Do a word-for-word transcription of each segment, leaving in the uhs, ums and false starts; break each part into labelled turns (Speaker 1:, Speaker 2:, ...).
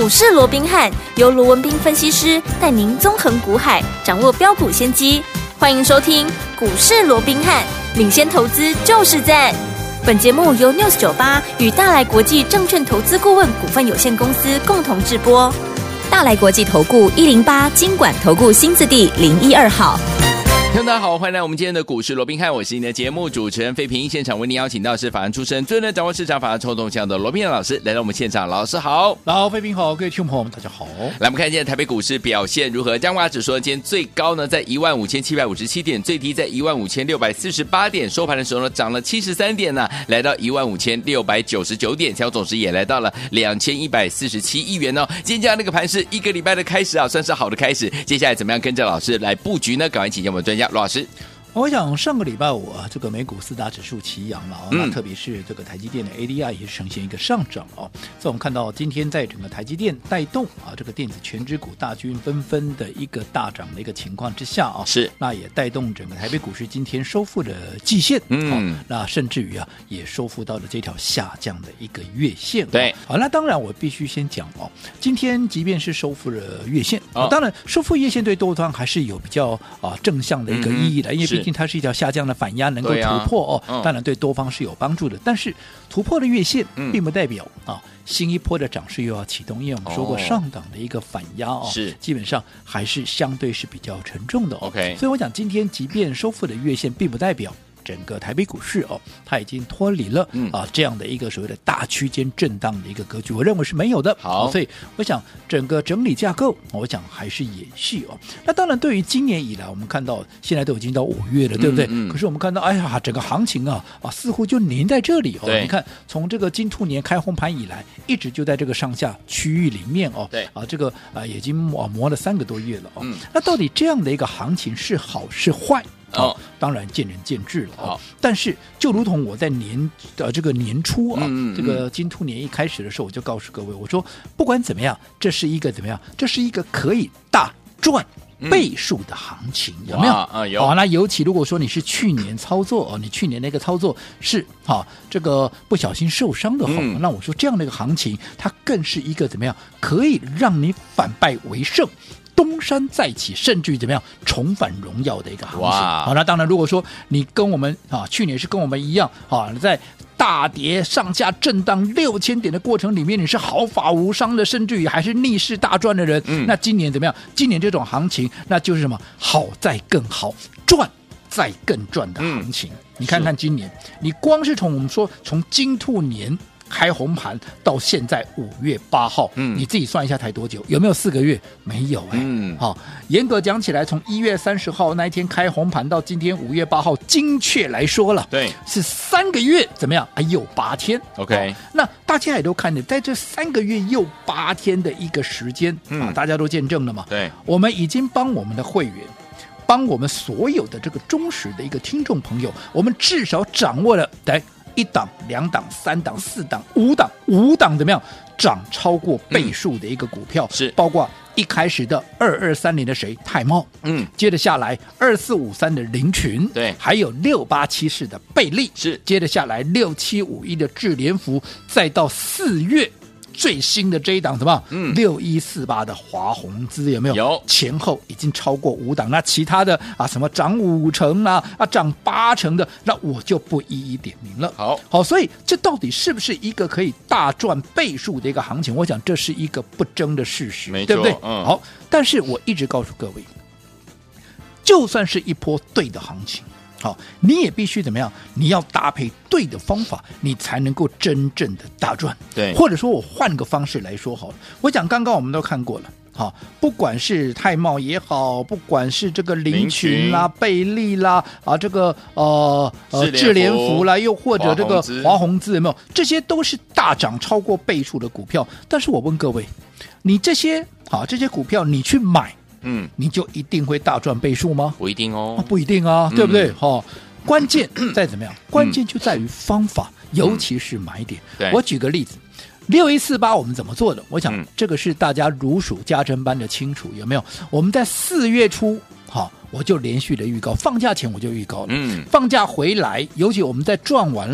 Speaker 1: 市罗宾汉由罗文彬分析师带您纵横股海，掌握标股先机。欢迎收听股市罗宾汉，领先投资就是赞。本节目由 News 九十八与大来国际证券投资顾问股份有限公司共同制播。大来国际投顾一零八金管投顾新字第零一二号。
Speaker 2: 听众大家好，欢迎来我们今天的股市罗宾汉，我是您的节目主持人费平。现场为您邀请到是法案出身、最能掌握市场法案冲动向的罗宾汉老师来到我们现场，老师好。
Speaker 3: 老费平好，各位听众朋友们大家好。
Speaker 2: 来，我们看今天台北股市表现如何？加权指数今天最高呢在一万五千七百五十七点，最低在一万五千六百四十八点，收盘的时候呢涨了七十三点呢、啊，来到一万五千六百九十九点，成交总值也来到了两千一百四十七亿元哦。今天这样的一个盘势，一个礼拜的开始啊，算是好的开始。接下来怎么样跟着老师来布局呢？赶快请教我们专家罗老师。
Speaker 3: 我想上个礼拜五啊，这个美股四大指数齐扬了啊、哦，
Speaker 2: 嗯、
Speaker 3: 那特别是这个台积电的 A D I 也是呈现一个上涨哦。所以我们看到今天在整个台积电带动啊，这个电子全指股大军纷纷的一个大涨的一个情况之下啊，
Speaker 2: 是
Speaker 3: 那也带动整个台北股市今天收复了季线，
Speaker 2: 嗯、
Speaker 3: 哦，那甚至于啊也收复到了这条下降的一个月线、哦。
Speaker 2: 对，
Speaker 3: 好，那当然我必须先讲哦，今天即便是收复了月线，
Speaker 2: 哦、
Speaker 3: 当然收复月线对多方还是有比较啊正向的一个意义的，
Speaker 2: 嗯、
Speaker 3: 因为毕竟它是一条下降。这样的反压能够突破哦、啊嗯，当然对多方是有帮助的。但是突破了月线，并不代表、嗯、啊新一波的涨势又要启动，因为我们说过上档的一个反压哦，是基本上还是相对是比较沉重的哦。
Speaker 2: OK，
Speaker 3: 所以我讲今天即便收复了月线，并不代表整个台北股市哦，它已经脱离了、嗯、啊这样的一个所谓的大区间震荡的一个格局，我认为是没有的。
Speaker 2: 好，
Speaker 3: 所以我想整个整理架构，我想还是延续哦。那当然，对于今年以来，我们看到现在都已经到五月了，对不对？嗯嗯、可是我们看到，哎呀，整个行情啊啊，似乎就黏在这里哦。你看，从这个金兔年开红盘以来，一直就在这个上下区域里面哦。
Speaker 2: 对
Speaker 3: 啊，这个啊已经磨磨了三个多月了哦。
Speaker 2: 嗯、
Speaker 3: 那到底这样的一个行情是好是坏？哦，当然见仁见智了哦。但是就如同我在年呃这个年初啊、哦嗯嗯，这个金兔年一开始的时候，我就告诉各位，我说不管怎么样，这是一个怎么样，这是一个可以大赚倍数的行情，嗯、有没有？
Speaker 2: 啊，有。
Speaker 3: 好，那尤其如果说你是去年操作哦，你去年那个操作是哈、哦、这个不小心受伤的话、嗯，那我说这样的一个行情，它更是一个怎么样，可以让你反败为胜。东山再起，甚至于怎么样重返荣耀的一个行情。好，那当然，如果说你跟我们啊，去年是跟我们一样啊，在大跌上下震荡六千点的过程里面，你是毫发无伤的，甚至于还是逆势大赚的人、嗯，那今年怎么样？今年这种行情，那就是什么？好再更好，赚再更赚的行情。嗯、你看看今年，你光是从我们说从金兔年开红盘到现在五月八号，嗯，你自己算一下才多久？有没有四个月？没有哎、欸。嗯，好，严格讲起来，从一月三十号那一天开红盘到今天五月八号，精确来说了，
Speaker 2: 对，
Speaker 3: 是三个月，怎么样？还有八天。
Speaker 2: OK，
Speaker 3: 那大家也都看见，在这三个月又八天的一个时间、嗯、啊，大家都见证了嘛。
Speaker 2: 对，
Speaker 3: 我们已经帮我们的会员。帮我们所有的这个忠实的一个听众朋友，我们至少掌握了来一档、两档、三档、四档、五档、五档怎么样涨超过倍数的一个股票，
Speaker 2: 嗯、是
Speaker 3: 包括一开始的二二三零的谁泰茂，
Speaker 2: 嗯，
Speaker 3: 接着下来二四五三的林群，
Speaker 2: 对，
Speaker 3: 还有六八七四的贝利，
Speaker 2: 是，
Speaker 3: 接着下来六七五一的智联福，再到四月。最新的这一档什么？嗯，六一四八的华宏资有没有？
Speaker 2: 有，
Speaker 3: 前后已经超过五档。那其他的啊，什么涨五成啊，啊涨八成的，那我就不一一点名了。
Speaker 2: 好，
Speaker 3: 好，所以这到底是不是一个可以大赚倍数的一个行情？我想这是一个不争的事实，对不对？
Speaker 2: 嗯，
Speaker 3: 好，但是我一直告诉各位，就算是一波对的行情。好，你也必须怎么样？你要搭配对的方法，你才能够真正的大赚。
Speaker 2: 对，
Speaker 3: 或者说我换个方式来说好了，我讲刚刚我们都看过了。好，不管是泰茂也好，不管是这个林群啦、贝利啦啊，这个呃呃智联福啦，又或者这个华宏资有没有？这些都是大涨超过倍数的股票。但是我问各位，你这些好这些股票你去买？嗯，你就一定会大赚倍数吗？
Speaker 2: 不一定哦，
Speaker 3: 啊、不一定啊，嗯、对不对？哦，关键在怎么样？关键就在于方法，嗯、尤其是买点。
Speaker 2: 对，
Speaker 3: 我举个例子，六一四八我们怎么做的？我想、嗯、这个是大家如数家珍般的清楚，有没有？我们在四月初，好，我就连续的预告，放假前我就预告了。嗯，放假回来，尤其我们在赚完了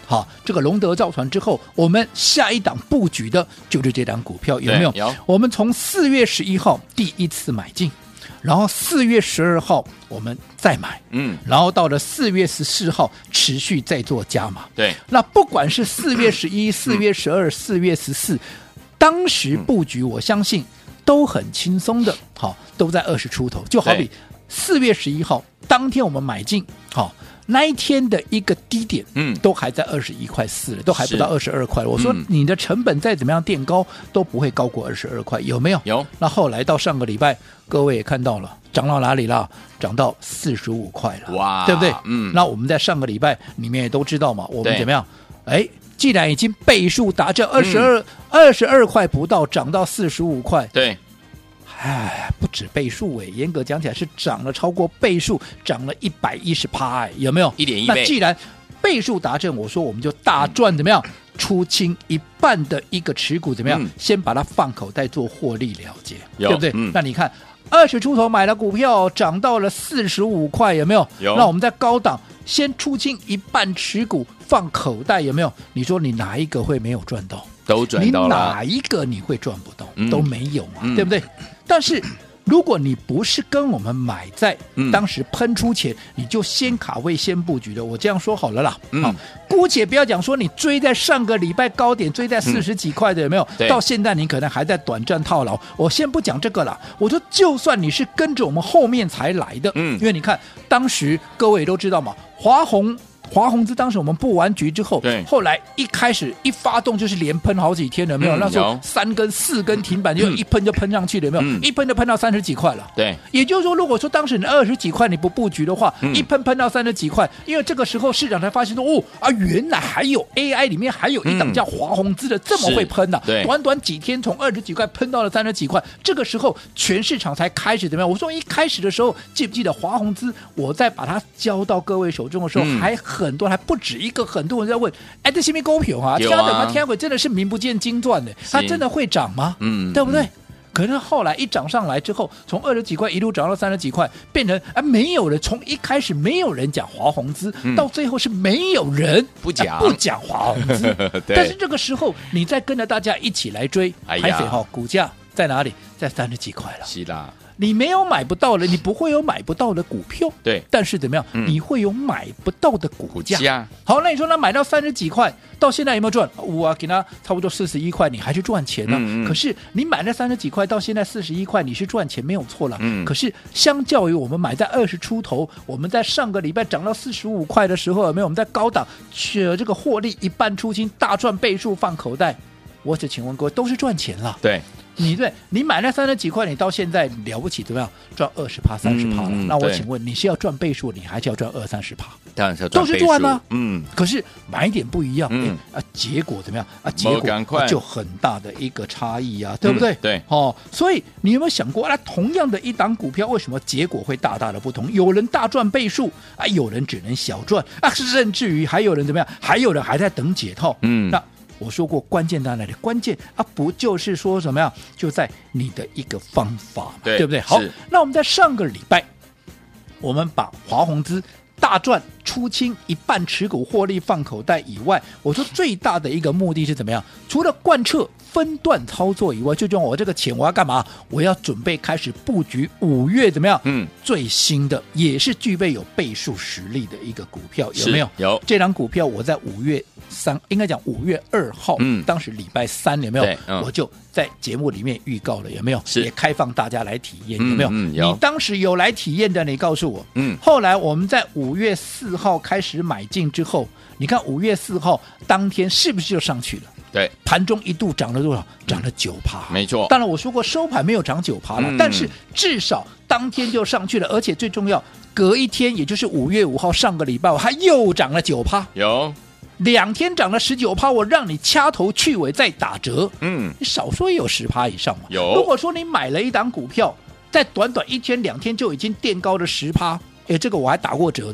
Speaker 3: 好，这个龙德造船之后，我们下一档布局的就是这档股票，有没有？
Speaker 2: 有。
Speaker 3: 我们从四月十一号第一次买进，然后四月十二号我们再买，
Speaker 2: 嗯，
Speaker 3: 然后到了四月十四号持续再做加码。
Speaker 2: 对，
Speaker 3: 那不管是四月十一、四月十二、四月十四，当时布局，我相信都很轻松的，好，都在二十出头，就好比四月十一号当天我们买进，好。那一天的一个低点，嗯，都还在二十一块四了，都还不到二十二块。我说你的成本再怎么样垫高，都不会高过二十二块，有没有？
Speaker 2: 有。
Speaker 3: 那后来到上个礼拜，各位也看到了，涨到哪里了？涨到四十五块了，
Speaker 2: 哇，
Speaker 3: 对不对？
Speaker 2: 嗯。
Speaker 3: 那我们在上个礼拜你们也都知道嘛，我们怎么样？哎，既然已经倍数达这二十二二十二块不到，涨到四十五块，
Speaker 2: 对。
Speaker 3: 哎，不止倍数哎，严格讲起来是涨了超过倍数，涨了一百一十趴哎，有没有？
Speaker 2: 一点一倍。
Speaker 3: 那既然倍数达阵，我说我们就大赚怎么样？嗯、出清一半的一个持股怎么样？嗯、先把它放口袋做获利了结，对不对？嗯、那你看二十出头买了股票，涨到了四十五块，有没有？
Speaker 2: 有。
Speaker 3: 那我们在高档先出清一半持股放口袋，有没有？你说你哪一个会没有赚到？
Speaker 2: 都赚到了。
Speaker 3: 你哪一个你会赚不到？
Speaker 2: 嗯、
Speaker 3: 都没有嘛，
Speaker 2: 嗯、
Speaker 3: 对不对？但是如果你不是跟我们买在当时喷出前，嗯、你就先卡位先布局的，我这样说好了啦。
Speaker 2: 嗯、
Speaker 3: 好，姑且不要讲说你追在上个礼拜高点，追在四十几块的，有没有？
Speaker 2: 嗯、
Speaker 3: 到现在你可能还在短暂套牢。我先不讲这个啦，我说就算你是跟着我们后面才来的，嗯，因为你看当时各位都知道嘛，华虹。华宏资当时我们布完局之后，后来一开始一发动就是连喷好几天了，没有？嗯、那时候三根四根停板就一喷就喷上去了，有没有？嗯、一喷就喷到三十几块了。
Speaker 2: 对，
Speaker 3: 也就是说，如果说当时你二十几块你不布局的话，
Speaker 2: 嗯、
Speaker 3: 一喷喷到三十几块，因为这个时候市场才发现说，哦啊，原来还有 A I 里面还有一档叫华宏资的这么会喷的、啊，短短几天从二十几块喷到了三十几块，这个时候全市场才开始怎么样？我说一开始的时候，记不记得华宏资？我在把它交到各位手中的时候，嗯、还很多，还不止。一个很多人在问，哎，这是不是股票啊？天哪，嘛天鬼真的是名不见经传的，它真的会涨吗？嗯，对不对？嗯、可是后来一涨上来之后，从二十几块一路涨到三十几块，变成啊没有人，从一开始没有人讲华宏资，嗯、到最后是没有人
Speaker 2: 不讲、
Speaker 3: 啊、不讲华宏资。但是这个时候，你再跟着大家一起来追，
Speaker 2: 哎
Speaker 3: 海水哈股价在哪里？在三十几块了。
Speaker 2: 是啦。
Speaker 3: 你没有买不到的，你不会有买不到的股票，
Speaker 2: 对。
Speaker 3: 但是怎么样？嗯、你会有买不到的股价。
Speaker 2: 股价
Speaker 3: 好，那你说那买到三十几块，到现在有没有赚？我、啊、给他差不多四十一块，你还是赚钱呢、啊。嗯嗯可是你买了三十几块，到现在四十一块，你是赚钱没有错了。嗯。可是相较于我们买在二十出头，我们在上个礼拜涨到四十五块的时候，有没有？我们在高档这个获利一半出清，大赚倍数放口袋。我只请问各位，都是赚钱了。
Speaker 2: 对。
Speaker 3: 你对，你买那三十几块，你到现在了不起怎么样？赚二十趴、三十趴了。嗯、那我请问，你是要赚倍数，你还是要赚二三十趴？
Speaker 2: 当然是要赚倍数，
Speaker 3: 都是赚啊。
Speaker 2: 嗯，
Speaker 3: 可是买点不一样，嗯啊，结果怎么样啊？结果、啊、就很大的一个差异啊，对不对？
Speaker 2: 嗯、对，
Speaker 3: 哦，所以你有没有想过啊？同样的一档股票，为什么结果会大大的不同？有人大赚倍数啊，有人只能小赚啊，甚至于还有人怎么样？还有人还在等解套。嗯，那。我说过，关键在哪里？关键啊，不就是说什么呀？就在你的一个方法嘛， 对, 对不对？好，那我们在上个礼拜，我们把华宏资大赚出清一半持股获利放口袋以外，我说最大的一个目的是怎么样？除了贯彻分段操作以外，最重要，我这个钱我要干嘛？我要准备开始布局五月怎么样？嗯，最新的也是具备有倍数实力的一个股票，有没有？
Speaker 2: 有。
Speaker 3: 这张股票我在五月三，应该讲五月二号，嗯，当时礼拜三有没有？嗯、我就在节目里面预告了，有没有？
Speaker 2: 是也
Speaker 3: 开放大家来体验，有没有？
Speaker 2: 嗯嗯、有。
Speaker 3: 你当时有来体验的，你告诉我。嗯。后来我们在五月四号开始买进之后，你看五月四号当天是不是就上去了？
Speaker 2: 对，
Speaker 3: 盘中一度涨了多少？涨了九趴，
Speaker 2: 没错。
Speaker 3: 当然我说过收盘没有涨九趴了，嗯、但是至少当天就上去了，而且最重要，隔一天，也就是五月五号上个礼拜，它又涨了九趴，
Speaker 2: 有
Speaker 3: 两天涨了十九趴，我让你掐头去尾再打折，
Speaker 2: 嗯，
Speaker 3: 你少说也有十趴以上嘛。
Speaker 2: 有，
Speaker 3: 如果说你买了一档股票，在短短一天两天就已经垫高了十趴，哎，这个我还打过折的哦。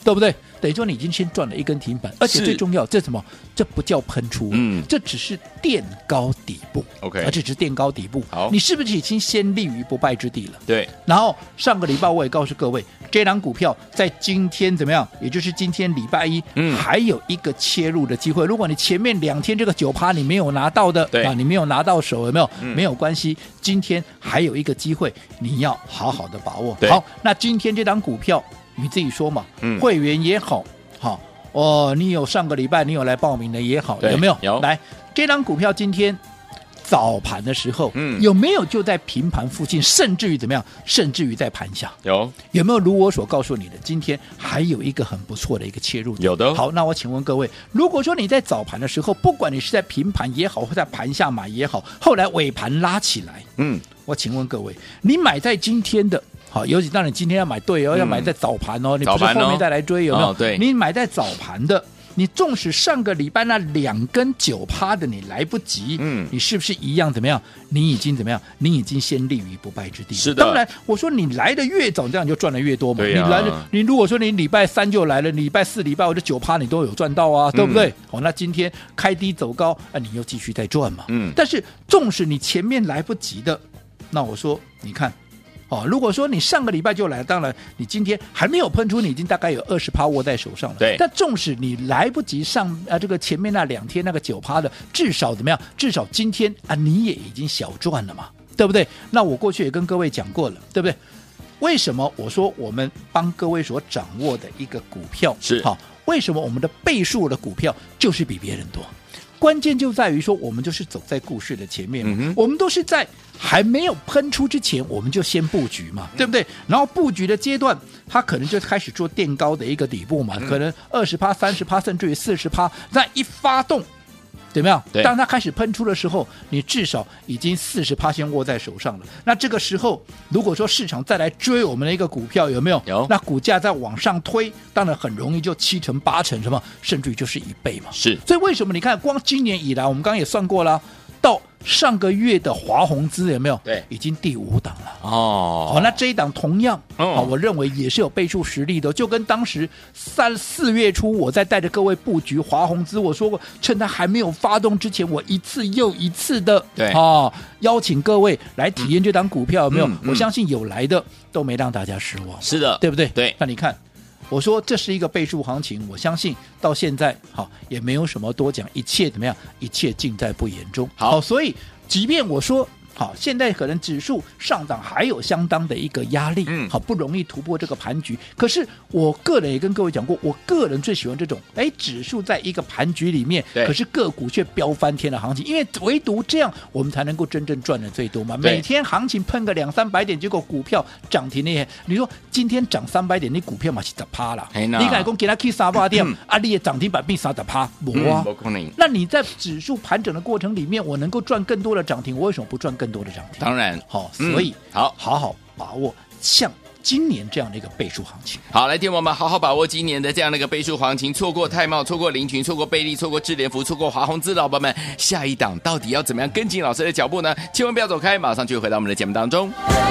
Speaker 3: 对不对？等于说你已经先赚了一根停板，而且最重要，这什么？这不叫喷出，
Speaker 2: 嗯，
Speaker 3: 这只是垫高底部
Speaker 2: ，OK，
Speaker 3: 而这只是垫高底部。
Speaker 2: 好，
Speaker 3: 你是不是已经先立于不败之地了？
Speaker 2: 对。
Speaker 3: 然后上个礼拜我也告诉各位，这档股票在今天怎么样？也就是今天礼拜一，嗯，还有一个切入的机会。如果你前面两天这个九趴你没有拿到的，
Speaker 2: 对
Speaker 3: 啊，你没有拿到手，有没有？
Speaker 2: 嗯、
Speaker 3: 没有关系，今天还有一个机会，你要好好的把握。
Speaker 2: 对
Speaker 3: 好，那今天这档股票你自己说嘛，嗯，会员也好，好。哦，你有上个礼拜你有来报名的也好，有没有？
Speaker 2: 有。
Speaker 3: 来，这张股票今天早盘的时候，嗯，有没有就在平盘附近，甚至于怎么样？甚至于在盘下，
Speaker 2: 有。
Speaker 3: 有没有如我所告诉你的？今天还有一个很不错的一个切入点，
Speaker 2: 有的。
Speaker 3: 好，那我请问各位，如果说你在早盘的时候，不管你是在平盘也好，或在盘下买也好，后来尾盘拉起来，嗯，我请问各位，你买在今天的？好，尤其当然今天要买对哦，嗯、要买在早盘哦，你不是后面再来追，有没有？
Speaker 2: 哦、对，
Speaker 3: 你买在早盘的，你纵使上个礼拜那两根九趴的你来不及，嗯，你是不是一样怎么样？你已经怎么样？你已经先立于不败之地。
Speaker 2: 是的。
Speaker 3: 当然，我说你来的越早，这样就赚的越多嘛。
Speaker 2: 对啊、
Speaker 3: 你来的，你如果说你礼拜三就来了，礼拜四、礼拜五的九趴你都有赚到啊，对不对？好、嗯哦，那今天开低走高，啊，你又继续再赚嘛。嗯。但是纵使你前面来不及的，那我说你看。哦，如果说你上个礼拜就来，当然你今天还没有喷出，你已经大概有二十趴握在手上了。
Speaker 2: 对。
Speaker 3: 但纵使你来不及上啊，这个前面那两天那个九趴的，至少怎么样？至少今天啊，你也已经小赚了嘛，对不对？那我过去也跟各位讲过了，对不对？为什么我说我们帮各位所掌握的一个股票
Speaker 2: 是
Speaker 3: 好？为什么我们的倍数的股票就是比别人多？关键就在于说，我们就是走在故事的前面，嗯、我们都是在还没有喷出之前，我们就先布局嘛，对不对？然后布局的阶段，它可能就开始做垫高的一个底部嘛，嗯、可能二十趴、三十趴，甚至于四十趴，那一发动。怎么样？当它开始喷出的时候，你至少已经四十趴先握在手上了。那这个时候，如果说市场再来追我们的一个股票，有没有？
Speaker 2: 有。
Speaker 3: 那股价再往上推，当然很容易就七成、八成什么，甚至于就是一倍嘛。
Speaker 2: 是。
Speaker 3: 所以为什么你看，光今年以来，我们刚刚也算过了，到上个月的华宏资有没有？
Speaker 2: 对，
Speaker 3: 已经第五档了。
Speaker 2: 哦。
Speaker 3: 好，那这一档同样，
Speaker 2: 嗯、
Speaker 3: 哦，我认为也是有倍数实力的，就跟当时三四月初我在带着各位布局华宏资，我说过，趁它还没有发动之前，我一次又一次的，
Speaker 2: 对，
Speaker 3: 哦，邀请各位来体验这档股票，有没有？
Speaker 2: 嗯嗯、
Speaker 3: 我相信有来的都没让大家失望。
Speaker 2: 是的，
Speaker 3: 对不对？
Speaker 2: 对。
Speaker 3: 那你看。我说这是一个倍数行情，我相信到现在好也没有什么多讲，一切怎么样？一切尽在不言中。
Speaker 2: 好，
Speaker 3: 好，所以即便我说好，现在可能指数上档还有相当的一个压力，嗯，好不容易突破这个盘局。可是我个人也跟各位讲过，我个人最喜欢这种，哎，指数在一个盘局里面，可是个股却飙翻天的行情，因为唯独这样，我们才能够真正赚的最多嘛。每天行情喷个两三百点，结果股票涨停那些，你说今天涨三百点，你股票嘛是十趴啦，你敢讲给他去三百点，啊，你的涨停板变三十趴，没啊，那你在指数盘整的过程里面，我能够赚更多的涨停，我为什么不赚更多的涨停？
Speaker 2: 当然，
Speaker 3: 好、哦，所以、
Speaker 2: 嗯、好
Speaker 3: 好好把握像今年这样的一个倍数行情。
Speaker 2: 好，来听我们好好把握今年的这样的一个倍数行情，错过泰茂，错过林群，错过贝利，错过智联福，错过华宏资，老板们，下一档到底要怎么样跟紧老师的脚步呢？千万不要走开，马上就回到我们的节目当中。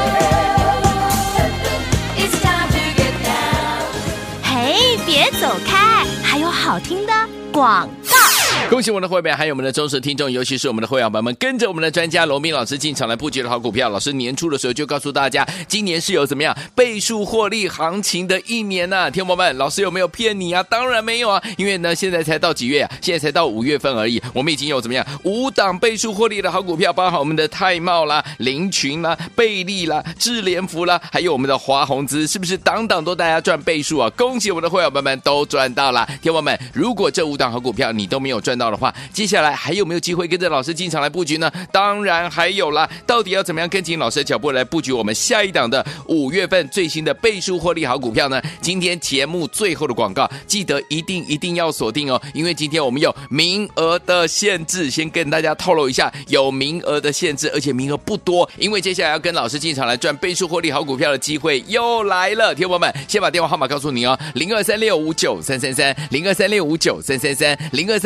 Speaker 1: 嘿，别走开，还有好听的广告。
Speaker 2: 恭喜我们的会员，还有我们的忠实听众，尤其是我们的会员朋友们，跟着我们的专家罗明老师进场来布局的好股票。老师年初的时候就告诉大家，今年是有怎么样倍数获利行情的一年呐、啊！听众朋友们，老师有没有骗你啊？当然没有啊，因为呢，现在才到几月啊？现在才到五月份而已，我们已经有怎么样五档倍数获利的好股票，包含我们的泰茂啦、林群啦、贝利啦、智联福啦，还有我们的华宏资，是不是档档都大家赚倍数啊？恭喜我们的会员朋友们都赚到了。听众朋友们，如果这五档好股票你都没有赚到的话，接下来还有没有机会跟着老师进场来布局呢？当然还有啦！到底要怎么样跟紧老师的脚步来布局我们下一档的五月份最新的倍数获利好股票呢？今天节目最后的广告，记得一定一定要锁定哦，因为今天我们有名额的限制，先跟大家透露一下，有名额的限制，而且名额不多，因为接下来要跟老师进场来赚倍数获利好股票的机会又来了。听众朋友们，先把电话号码告诉你哦，零二三六五九三三三，零二三六五九三三三，零二三六五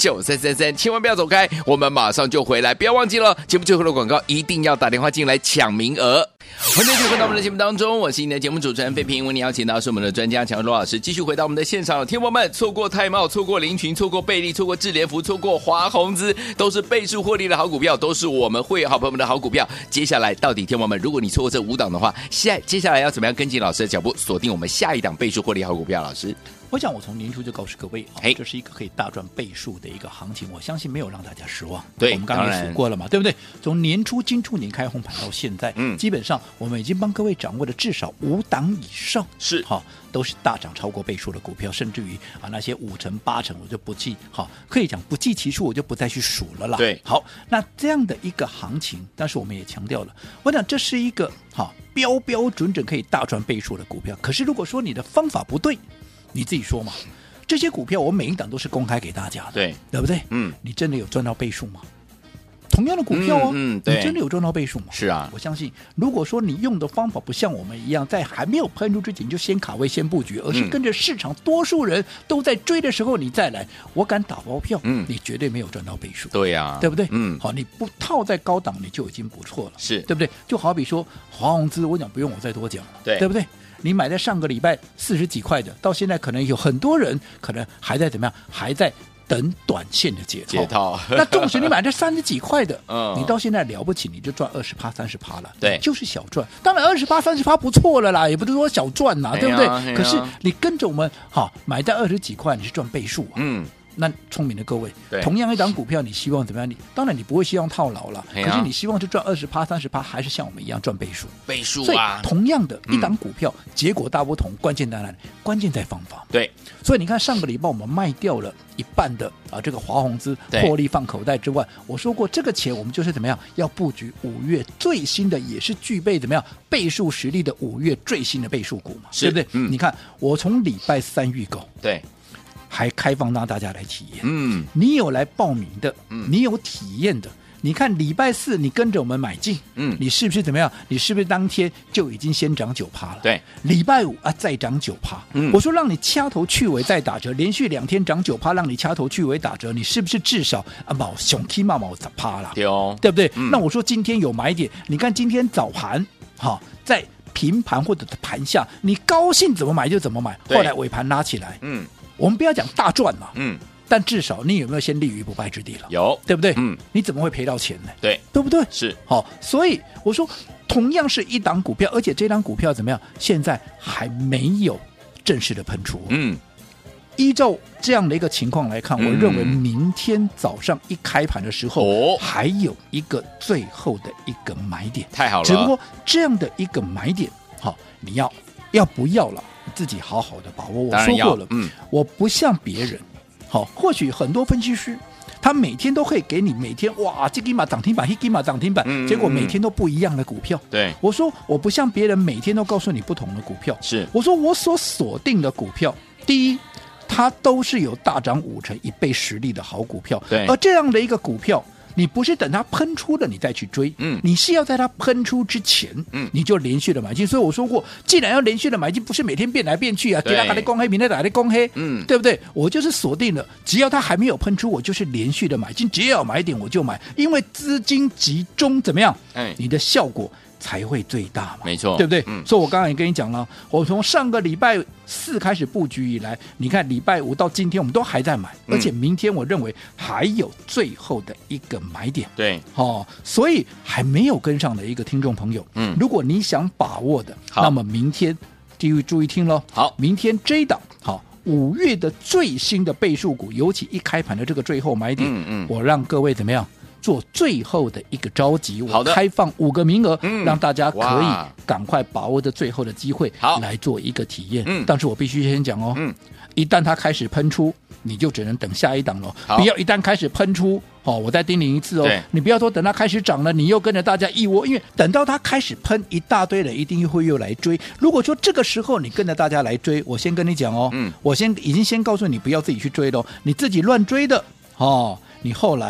Speaker 2: 九三三三，千万不要走开，我们马上就回来，不要忘记了节目最后的广告一定要打电话进来抢名额。欢迎继续回到我们的节目当中，我是你的节目主持人费平，为您邀请到是我们的专家强罗老师，继续回到我们的现场。听众们，错过泰茂，错过林群，错过贝利，错过智联福，错过华宏资，都是倍数获利的好股票，都是我们会员好朋友们的好股票。接下来到底听众们，如果你错过这五档的话，下接下来要怎么样跟紧老师的脚步，锁定我们下一档倍数获利好股票？老师，
Speaker 3: 我想我从年初就告诉各位，哦
Speaker 2: 嘿，
Speaker 3: 这是一个可以大赚倍数的一个行情，我相信没有让大家失望。
Speaker 2: 对
Speaker 3: 我们刚刚也数过了嘛，对不对？从年初金兔年开红盘到现在，
Speaker 2: 嗯
Speaker 3: 基本上我们已经帮各位掌握了至少五档以上，
Speaker 2: 是
Speaker 3: 好、都是大涨超过倍数的股票，甚至于啊那些五成八成我就不计，好、可以讲不计其数，我就不再去数了啦。
Speaker 2: 对
Speaker 3: 好，那这样的一个行情，但是我们也强调了，我讲这是一个好、标标准准可以大赚倍数的股票，可是如果说你的方法不对，你自己说嘛。这些股票我每一档都是公开给大家的，
Speaker 2: 对
Speaker 3: 对不对？
Speaker 2: 嗯，
Speaker 3: 你真的有赚到倍数吗？同样的股票哦，
Speaker 2: 嗯嗯对
Speaker 3: 你真的有赚到倍数吗？
Speaker 2: 是啊
Speaker 3: 我相信，如果说你用的方法不像我们一样，在还没有喷出之前就先卡位、先布局，而是
Speaker 2: 嗯
Speaker 3: 跟着市场多数人都在追的时候你再来，我敢打包票，
Speaker 2: 嗯
Speaker 3: 你绝对没有赚到倍数。
Speaker 2: 对呀、啊，
Speaker 3: 对不对？
Speaker 2: 嗯，
Speaker 3: 好，你不套在高档，你就已经不错了，
Speaker 2: 是
Speaker 3: 对不对？就好比说华宏资，我讲不用我再多讲了，
Speaker 2: 对
Speaker 3: 对不对？你买在上个礼拜四十几块的，到现在可能有很多人可能还在怎么样，还在等短线的解套。
Speaker 2: 解套
Speaker 3: 那纵使你买在三十几块的，
Speaker 2: 嗯
Speaker 3: 你到现在了不起，你就赚二十趴、三十趴了，
Speaker 2: 对
Speaker 3: 就是小赚。当然二十趴、三十趴不错了啦，也不是说小赚呐，
Speaker 2: 哎呀
Speaker 3: 对不对？
Speaker 2: 哎呀
Speaker 3: 可是你跟着我们好买在二十几块，你是赚倍数啊。
Speaker 2: 嗯，
Speaker 3: 那聪明的各位
Speaker 2: 对，
Speaker 3: 同样一档股票，你希望怎么样？你当然你不会希望套牢了，
Speaker 2: 哎呀
Speaker 3: 可是你希望就赚二十趴、三十趴，还是像我们一样赚倍数？
Speaker 2: 倍数
Speaker 3: 所以
Speaker 2: 啊，
Speaker 3: 同样的
Speaker 2: 嗯
Speaker 3: 一档股票，结果大不同，关键在哪里？关键在方法。
Speaker 2: 对，
Speaker 3: 所以你看，上个礼拜我们卖掉了一半的啊这个华宏资
Speaker 2: 对
Speaker 3: 获利放口袋之外，我说过这个钱我们就是怎么样，要布局五月最新的，也是具备怎么样倍数实力的五月最新的倍数股嘛，
Speaker 2: 是
Speaker 3: 对不对？
Speaker 2: 嗯
Speaker 3: 你看我从礼拜三预购，
Speaker 2: 对，
Speaker 3: 还开放让大家来体验。
Speaker 2: 嗯，
Speaker 3: 你有来报名的，
Speaker 2: 嗯
Speaker 3: 你有体验的。你看礼拜四你跟着我们买进，
Speaker 2: 嗯
Speaker 3: 你是不是怎么样？你是不是当天就已经先涨九趴了？
Speaker 2: 对，
Speaker 3: 礼拜五啊再涨九趴，
Speaker 2: 嗯
Speaker 3: 我说让你掐头去尾再打折，连续两天涨九趴，让你掐头去尾打折，你是不是至少啊毛熊 K 嘛毛十趴啦？
Speaker 2: 对哦，
Speaker 3: 对不对？
Speaker 2: 嗯
Speaker 3: 那我说今天有买点，你看今天早盘哈、在平盘或者盘下，你高兴怎么买就怎么买，
Speaker 2: 对
Speaker 3: 后来尾盘拉起来，
Speaker 2: 嗯
Speaker 3: 我们不要讲大赚嘛，
Speaker 2: 嗯，
Speaker 3: 但至少你有没有先立于不败之地了？
Speaker 2: 有，
Speaker 3: 对不对？
Speaker 2: 嗯，
Speaker 3: 你怎么会赔到钱呢？
Speaker 2: 对，
Speaker 3: 对不对？
Speaker 2: 是，
Speaker 3: 好、所以我说，同样是一档股票，而且这档股票怎么样？现在还没有正式的喷出。
Speaker 2: 嗯，
Speaker 3: 依照这样的一个情况来看，
Speaker 2: 嗯
Speaker 3: 我认为明天早上一开盘的时候，
Speaker 2: 哦
Speaker 3: 还有一个最后的一个买点。
Speaker 2: 太好了，
Speaker 3: 只不过这样的一个买点，好、你要要不要了？自己好好的把握。我
Speaker 2: 当然要
Speaker 3: 说过了，
Speaker 2: 嗯，
Speaker 3: 我不像别人，好、或许很多分析师。他每天都会给你每天哇，这根马涨停板，那根马涨停板，
Speaker 2: 嗯
Speaker 3: 结果每天都不一样的股票。
Speaker 2: 对，
Speaker 3: 我说我不像别人每天都告诉你不同的股票，
Speaker 2: 是，
Speaker 3: 我说我所锁定的股票，第一，它都是有大涨五成一倍实力的好股票。
Speaker 2: 对
Speaker 3: 而这样的一个股票，你不是等它喷出了你再去追，
Speaker 2: 嗯
Speaker 3: 你是要在它喷出之前，
Speaker 2: 嗯
Speaker 3: 你就连续的买进。所以我说过，既然要连续的买进，不是每天变来变去啊，
Speaker 2: 对
Speaker 3: 给它打的公黑，明天打的公黑，
Speaker 2: 嗯
Speaker 3: 对不对？我就是锁定了，只要它还没有喷出，我就是连续的买进，只要有买点我就买，因为资金集中怎么样？
Speaker 2: 哎
Speaker 3: 你的效果才会最大嘛，
Speaker 2: 没错
Speaker 3: 对不对？
Speaker 2: 嗯
Speaker 3: 所以我刚刚也跟你讲了，我从上个礼拜四开始布局以来，你看礼拜五到今天我们都还在买，
Speaker 2: 嗯
Speaker 3: 而且明天我认为还有最后的一个买点。
Speaker 2: 对，
Speaker 3: 哦，所以还没有跟上的一个听众朋友，
Speaker 2: 嗯
Speaker 3: 如果你想把握的，
Speaker 2: 好
Speaker 3: 那么明天注意注意听喽。
Speaker 2: 好
Speaker 3: 明天这一档好。五月的最新的倍数股，尤其一开盘的这个最后买点，
Speaker 2: 嗯嗯
Speaker 3: 我让各位怎么样做最后的一个召集？
Speaker 2: 好的
Speaker 3: 我开放五个名额，
Speaker 2: 嗯
Speaker 3: 让大家可以
Speaker 2: 哇
Speaker 3: 赶快把握着最后的机会，
Speaker 2: 好
Speaker 3: 来做一个体验。
Speaker 2: 嗯
Speaker 3: 但是我必须先讲哦，
Speaker 2: 嗯
Speaker 3: 一旦它开始喷出，你就只能等下一档了。
Speaker 2: 好
Speaker 3: 不要一旦开始喷出，哦，我再叮咛一次哦
Speaker 2: 对，
Speaker 3: 你不要说等它开始涨了，你又跟着大家一窝，因为等到它开始喷，一大堆人一定会又来追。如果说这个时候你跟着大家来追，我先跟你讲哦，
Speaker 2: 嗯
Speaker 3: 我先已经先告诉你不要自己去追了哦，你自己乱追的哦，你后来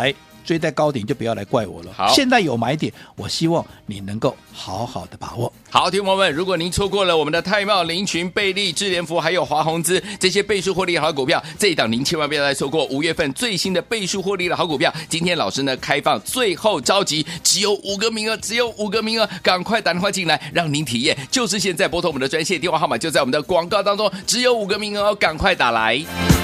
Speaker 3: 追在高点就不要来怪我了。
Speaker 2: 好，
Speaker 3: 现在有买点，我希望你能够好好的把握。
Speaker 2: 好，听众朋友们，如果您错过了我们的泰茂、林群、贝利、智联福还有华宏资这些倍数获利好股票，这一档您千万不要再错过。五月份最新的倍数获利的好股票，今天老师呢开放最后召集，只有五个名额，只有五个名额，赶快打电话进来，让您体验。就是现在拨通我们的专线电话号码，就在我们的广告当中，只有五个名额哦，赶快打来。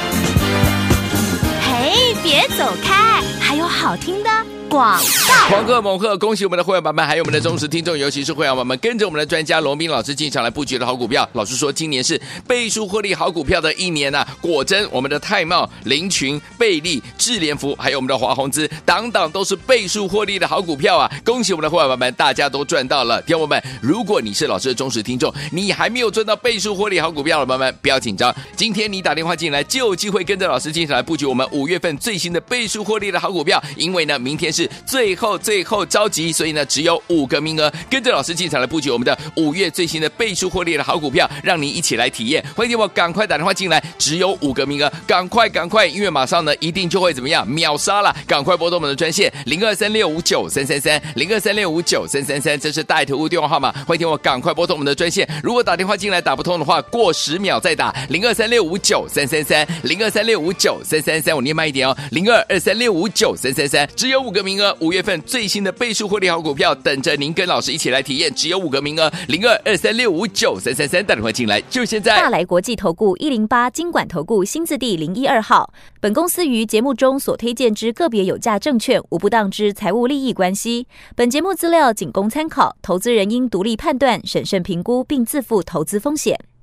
Speaker 1: 嘿，别走开，还有好听的广告。
Speaker 2: 狂贺猛贺！恭喜我们的会员宝宝们，还有我们的忠实听众，尤其是会员宝宝们，跟着我们的专家罗宾老师进场来布局的好股票。老师说，今年是倍数获利好股票的一年啊！果真，我们的泰茂、林群、贝利、智联福，还有我们的华宏资，档档都是倍数获利的好股票啊！恭喜我们的会员宝宝们，大家都赚到了。听众们，如果你是老师的忠实听众，你还没有赚到倍数获利好股票的宝宝们，不要紧张，今天你打电话进来就有机会跟着老师进场来布局我们五月份最新的倍数获利的好股票，因为呢，明天是最后最后召集，所以呢只有五个名额，跟着老师进场来布局我们的五月最新的倍数获利的好股票，让你一起来体验。欢迎我赶快打电话进来，只有五个名额，赶快赶快，因为马上呢一定就会怎么样秒杀了，赶快拨通我们的专线零二三六五九三三三零二三六五九三三三，这是带头电话号码，欢迎我赶快拨通我们的专线。如果打电话进来打不通的话，过十秒再打零二三六五九三三三零二三六五九三三三，我念慢一点哦，零二二三六五九三三三，只有五个名额，五月份最新的倍数获利好股票等着您跟老师一起来体验，只有五个名额，零二二三六五九三三三，打电话进来就现在。
Speaker 1: 大来国际投顾一零八金管投顾新字第零一二号，本公司于节目中所推荐之个别有价证券无不当之财务利益关系，本节目资料仅供参考，投资人应独立判断、审慎评估并自负投资风险。